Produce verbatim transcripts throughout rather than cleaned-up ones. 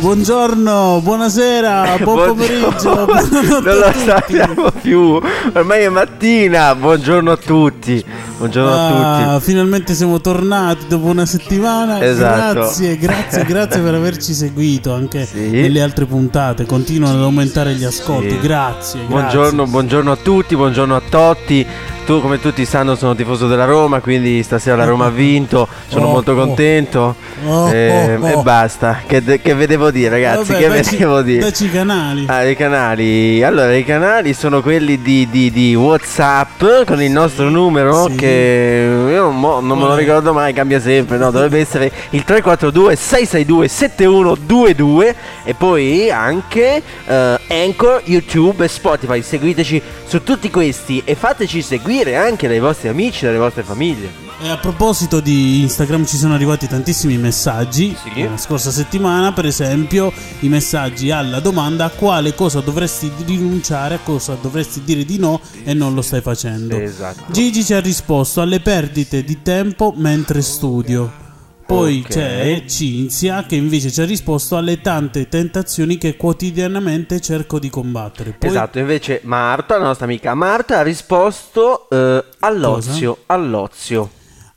buongiorno, buonasera, buon pomeriggio. Non lo sappiamo più, ormai è mattina. Buongiorno a tutti. Buongiorno ah, a tutti. Finalmente siamo tornati dopo una settimana. Esatto. Grazie, grazie, grazie per averci seguito anche sì. nelle altre puntate. Continuano ad aumentare gli ascolti. Sì. Grazie, Buongiorno, grazie. buongiorno a tutti, buongiorno a Totti. Tu, come tutti sanno, sono tifoso della Roma, quindi stasera la Roma ha vinto. Sono oh, molto contento. Oh, e, oh, oh. e basta. Che, che vedevo dire, ragazzi? Vabbè, che dacci, vedevo dire? Dacci i canali. Ah, i canali. Allora, i canali sono quelli di, di, di WhatsApp con il nostro numero, sì. che io non, mo, non me lo ricordo mai, cambia sempre. No, dovrebbe essere il tre quattro due sei sei due sette uno due due. E poi anche uh, Anchor, YouTube e Spotify. Seguiteci su tutti questi e fateci seguire anche dai vostri amici, dalle vostre famiglie. E a proposito di Instagram, ci sono arrivati tantissimi messaggi. Sì. La scorsa settimana, per esempio, i messaggi alla domanda: a quale cosa dovresti rinunciare, a cosa dovresti dire di no e non lo stai facendo. Esatto. Gigi ci ha risposto: alle perdite di tempo mentre studio. Poi okay. c'è Cinzia che invece ci ha risposto: alle tante tentazioni che quotidianamente cerco di combattere. Poi... Esatto, invece Marta, la nostra amica Marta, ha risposto eh, all'ozio, cosa? all'ozio.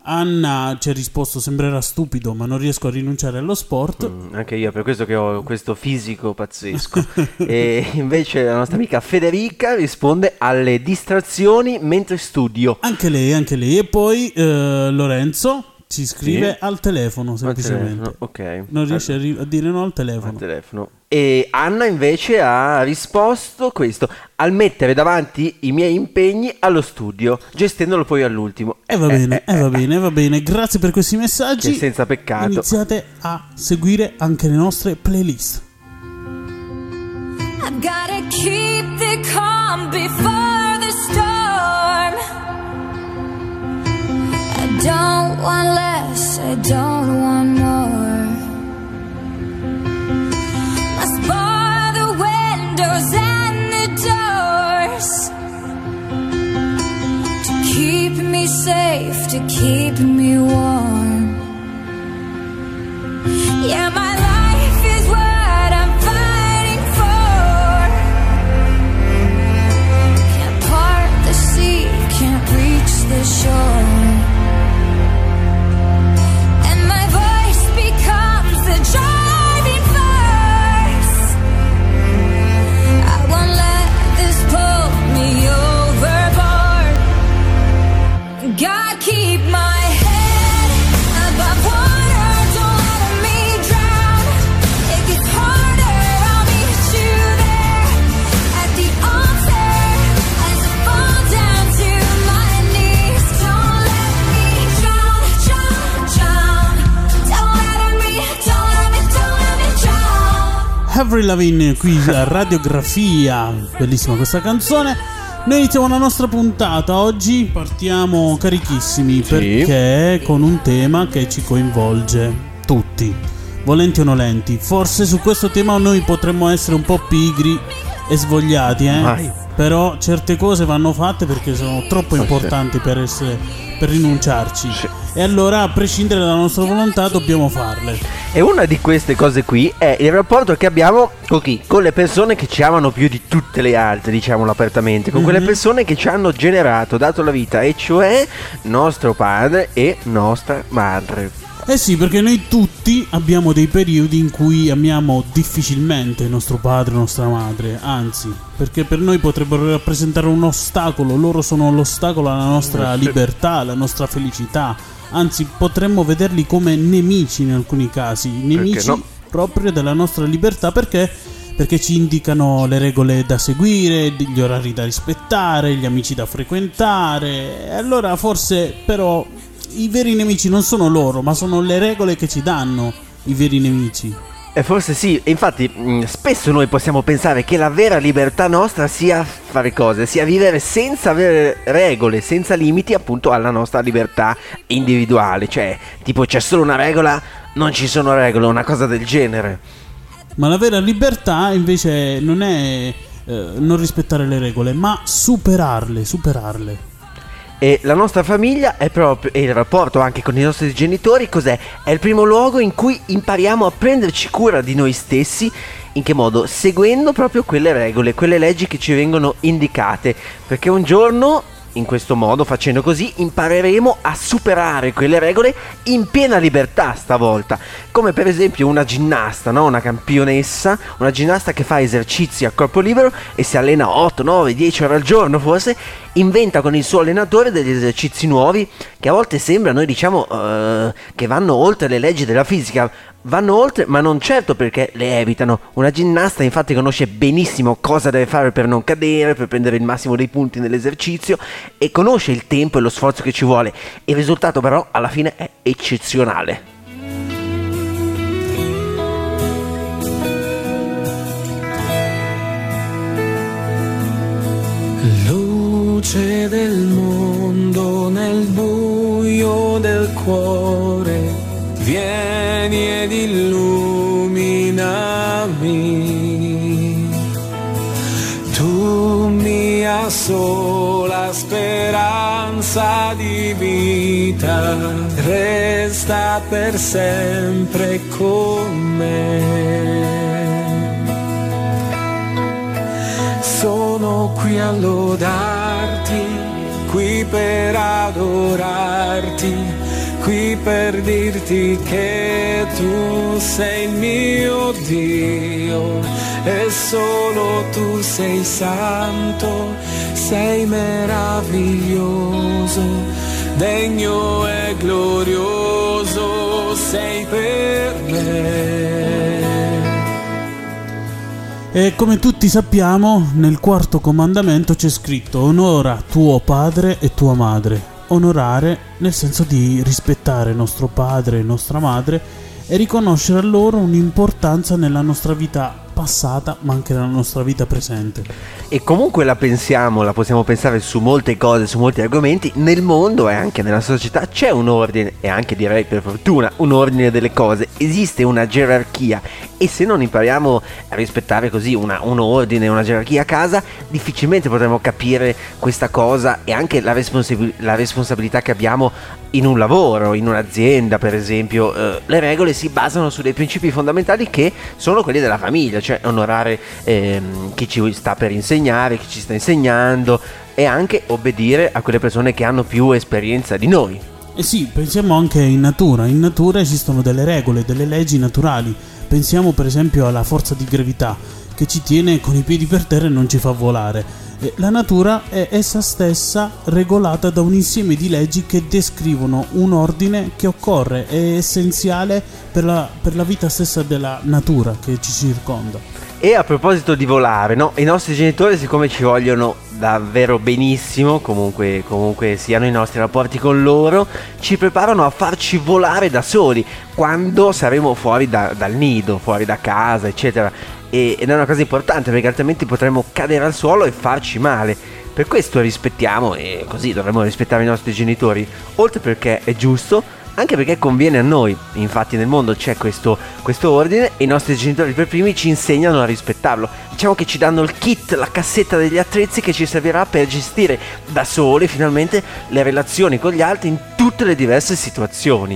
Anna ci ha risposto: sembrerà stupido, ma non riesco a rinunciare allo sport. Mm, anche io, per questo che ho questo fisico pazzesco. E invece la nostra amica Federica risponde: alle distrazioni mentre studio. Anche lei, anche lei. E poi eh, Lorenzo ci scrive sì. al telefono, semplicemente. Al telefono, ok. Non riesce allora. a dire no al telefono. Al telefono. E Anna invece ha risposto questo: al mettere davanti i miei impegni allo studio, gestendolo poi all'ultimo. E eh, va bene, eh, eh, va bene, va bene. Grazie per questi messaggi. Che senza peccato. Iniziate a seguire anche le nostre playlist. I've gotta keep the calm before the storm. I don't want less, I don't want more. Must bar the windows and the doors to keep me safe, to keep me warm. Yeah, my life is what I'm fighting for. Can't part the sea, can't reach the shore. God, keep my head above water, don't let me drown. It gets harder, I'll meet you there at the altar as I fall down to my knees. Don't let me drown, drown, drown. Don't let me, don't let me, don't let me drown. Avril Lavigne qui a Radiografia, bellissima questa canzone. Noi iniziamo la nostra puntata, oggi partiamo carichissimi, sì. Perché con un tema che ci coinvolge tutti, volenti o nolenti. Forse su questo tema noi potremmo essere un po' pigri e svogliati, eh? Mai. Però certe cose vanno fatte perché sono troppo importanti per essere, per rinunciarci, sì. E allora, a prescindere dalla nostra volontà, dobbiamo farle. E una di queste cose qui è il rapporto che abbiamo con chi? Con le persone che ci amano più di tutte le altre, diciamolo apertamente. Con mm-hmm. quelle persone che ci hanno generato, dato la vita, e cioè nostro padre e nostra madre. Eh sì, perché noi tutti abbiamo dei periodi in cui amiamo difficilmente nostro padre e nostra madre. Anzi, perché per noi potrebbero rappresentare un ostacolo. Loro sono l'ostacolo alla nostra libertà, alla nostra felicità. Anzi, potremmo vederli come nemici in alcuni casi. Nemici no? proprio della nostra libertà. Perché? Perché ci indicano le regole da seguire, gli orari da rispettare, gli amici da frequentare. E allora forse però i veri nemici non sono loro, ma sono le regole che ci danno i veri nemici. E forse sì, e infatti mh, spesso noi possiamo pensare che la vera libertà nostra sia fare cose, sia vivere senza avere regole, senza limiti appunto alla nostra libertà individuale. Cioè, tipo c'è solo una regola, non ci sono regole, una cosa del genere. Ma la vera libertà invece non è eh, non rispettare le regole, ma superarle, superarle. E la nostra famiglia è proprio, e il rapporto anche con i nostri genitori, cos'è? È il primo luogo in cui impariamo a prenderci cura di noi stessi. In che modo? Seguendo proprio quelle regole, quelle leggi che ci vengono indicate, perché un giorno, in questo modo, facendo così, impareremo a superare quelle regole in piena libertà stavolta, come per esempio una ginnasta, no? Una campionessa, una ginnasta che fa esercizi a corpo libero e si allena otto, nove, dieci ore al giorno forse, inventa con il suo allenatore degli esercizi nuovi che a volte sembra, noi diciamo, uh, che vanno oltre le leggi della fisica. Vanno oltre, ma non certo perché le evitano. Una ginnasta infatti conosce benissimo cosa deve fare per non cadere, per prendere il massimo dei punti nell'esercizio, e conosce il tempo e lo sforzo che ci vuole. Il risultato però alla fine è eccezionale. Luce del mondo nel buio del cuore, vieni ed illuminami, tu mia sola speranza di vita, resta per sempre con me. Sono qui a lodarti, qui per adorarti, qui per dirti che tu sei il mio Dio e solo tu sei santo, sei meraviglioso, degno e glorioso sei per me. E come tutti sappiamo, nel quarto comandamento c'è scritto: onora tuo padre e tua madre. Onorare nel senso di rispettare nostro padre e nostra madre e riconoscere a loro un'importanza nella nostra vita passata, ma anche nella nostra vita presente. E comunque la pensiamo, la possiamo pensare su molte cose, su molti argomenti. Nel mondo e anche nella società c'è un ordine, e anche direi per fortuna un ordine delle cose. Esiste una gerarchia, e se non impariamo a rispettare così una, un ordine, una gerarchia a casa, difficilmente potremo capire questa cosa e anche la, responsabil- la responsabilità che abbiamo in un lavoro, in un'azienda per esempio. Eh, le regole si basano su dei principi fondamentali che sono quelli della famiglia, cioè onorare ehm, chi ci sta per insegnare, chi ci sta insegnando, e anche obbedire a quelle persone che hanno più esperienza di noi. E sì, pensiamo anche in natura. In natura esistono delle regole, delle leggi naturali. Pensiamo per esempio alla forza di gravità che ci tiene con i piedi per terra e non ci fa volare. La natura è essa stessa regolata da un insieme di leggi che descrivono un ordine che occorre, è essenziale per la, per la vita stessa della natura che ci circonda. E a proposito di volare, no? I nostri genitori, siccome ci vogliono davvero benissimo, comunque, comunque siano i nostri rapporti con loro, ci preparano a farci volare da soli quando saremo fuori da, dal nido, fuori da casa, eccetera. E, ed è una cosa importante, perché altrimenti potremmo cadere al suolo e farci male. Per questo rispettiamo, e così dovremmo rispettare i nostri genitori, oltre perché è giusto, anche perché conviene a noi. Infatti nel mondo c'è questo, questo ordine e i nostri genitori per primi ci insegnano a rispettarlo. Diciamo che ci danno il kit, la cassetta degli attrezzi che ci servirà per gestire da soli finalmente le relazioni con gli altri in tutte le diverse situazioni.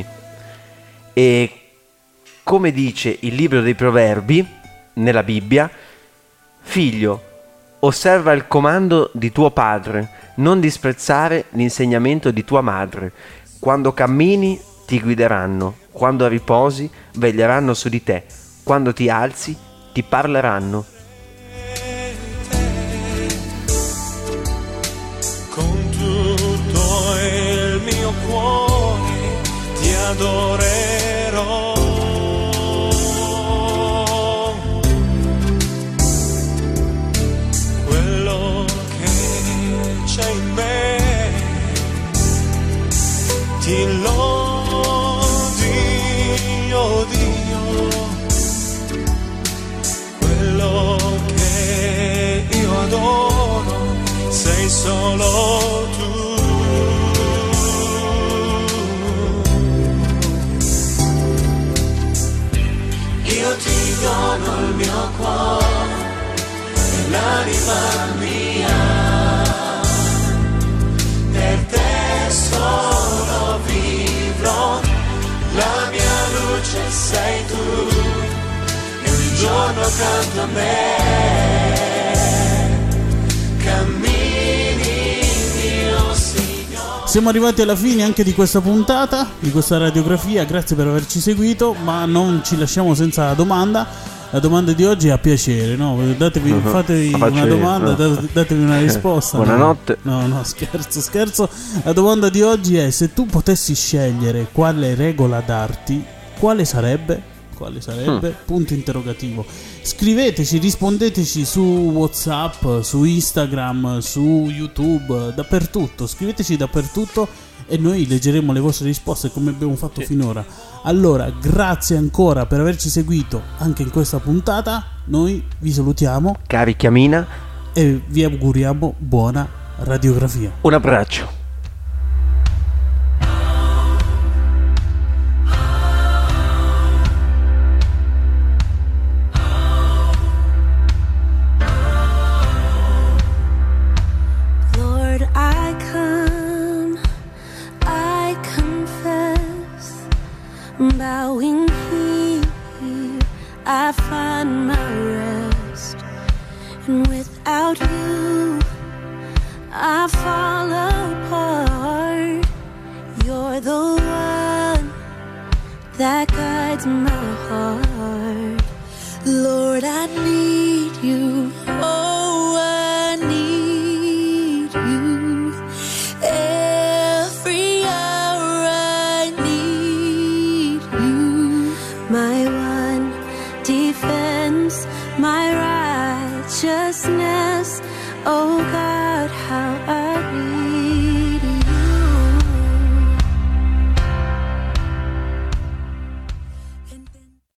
E come dice il libro dei Proverbi nella Bibbia: figlio, osserva il comando di tuo padre, non disprezzare l'insegnamento di tua madre. Quando cammini ti guideranno, quando riposi veglieranno su di te, quando ti alzi ti parleranno. Con tutto il mio cuore ti adorerò. Quello che c'è in me ti lodi, oh Dio, quello che io adoro sei solo tu. Io ti dono il mio cuore e l'anima mia, per te la mia luce sei tu, e ogni giorno accanto a me cammini, mio Signore. Siamo arrivati alla fine anche di questa puntata, di questa radiografia, grazie per averci seguito, ma non ci lasciamo senza la domanda. La domanda di oggi è a piacere, no? Datevi, Uh-huh. fatevi La faccio una io, domanda, no. dat- datevi una risposta. Buonanotte. No, no, scherzo, scherzo. La domanda di oggi è: se tu potessi scegliere quale regola darti, quale sarebbe? Quale sarebbe? Mm. Punto interrogativo. Scriveteci, rispondeteci su WhatsApp, su Instagram, su YouTube, dappertutto. Scriveteci dappertutto e noi leggeremo le vostre risposte come abbiamo fatto finora. Allora, grazie ancora per averci seguito anche in questa puntata. Noi vi salutiamo Cari Chiamina, e vi auguriamo buona radiografia. un abbraccio. Lord, I come, I confess, bowing here, I find my rest, and without you, I fall apart. You're the one that guides my heart. Lord, I need you, oh, I need you. Every hour I need you. My one defense, my righteousness, oh God.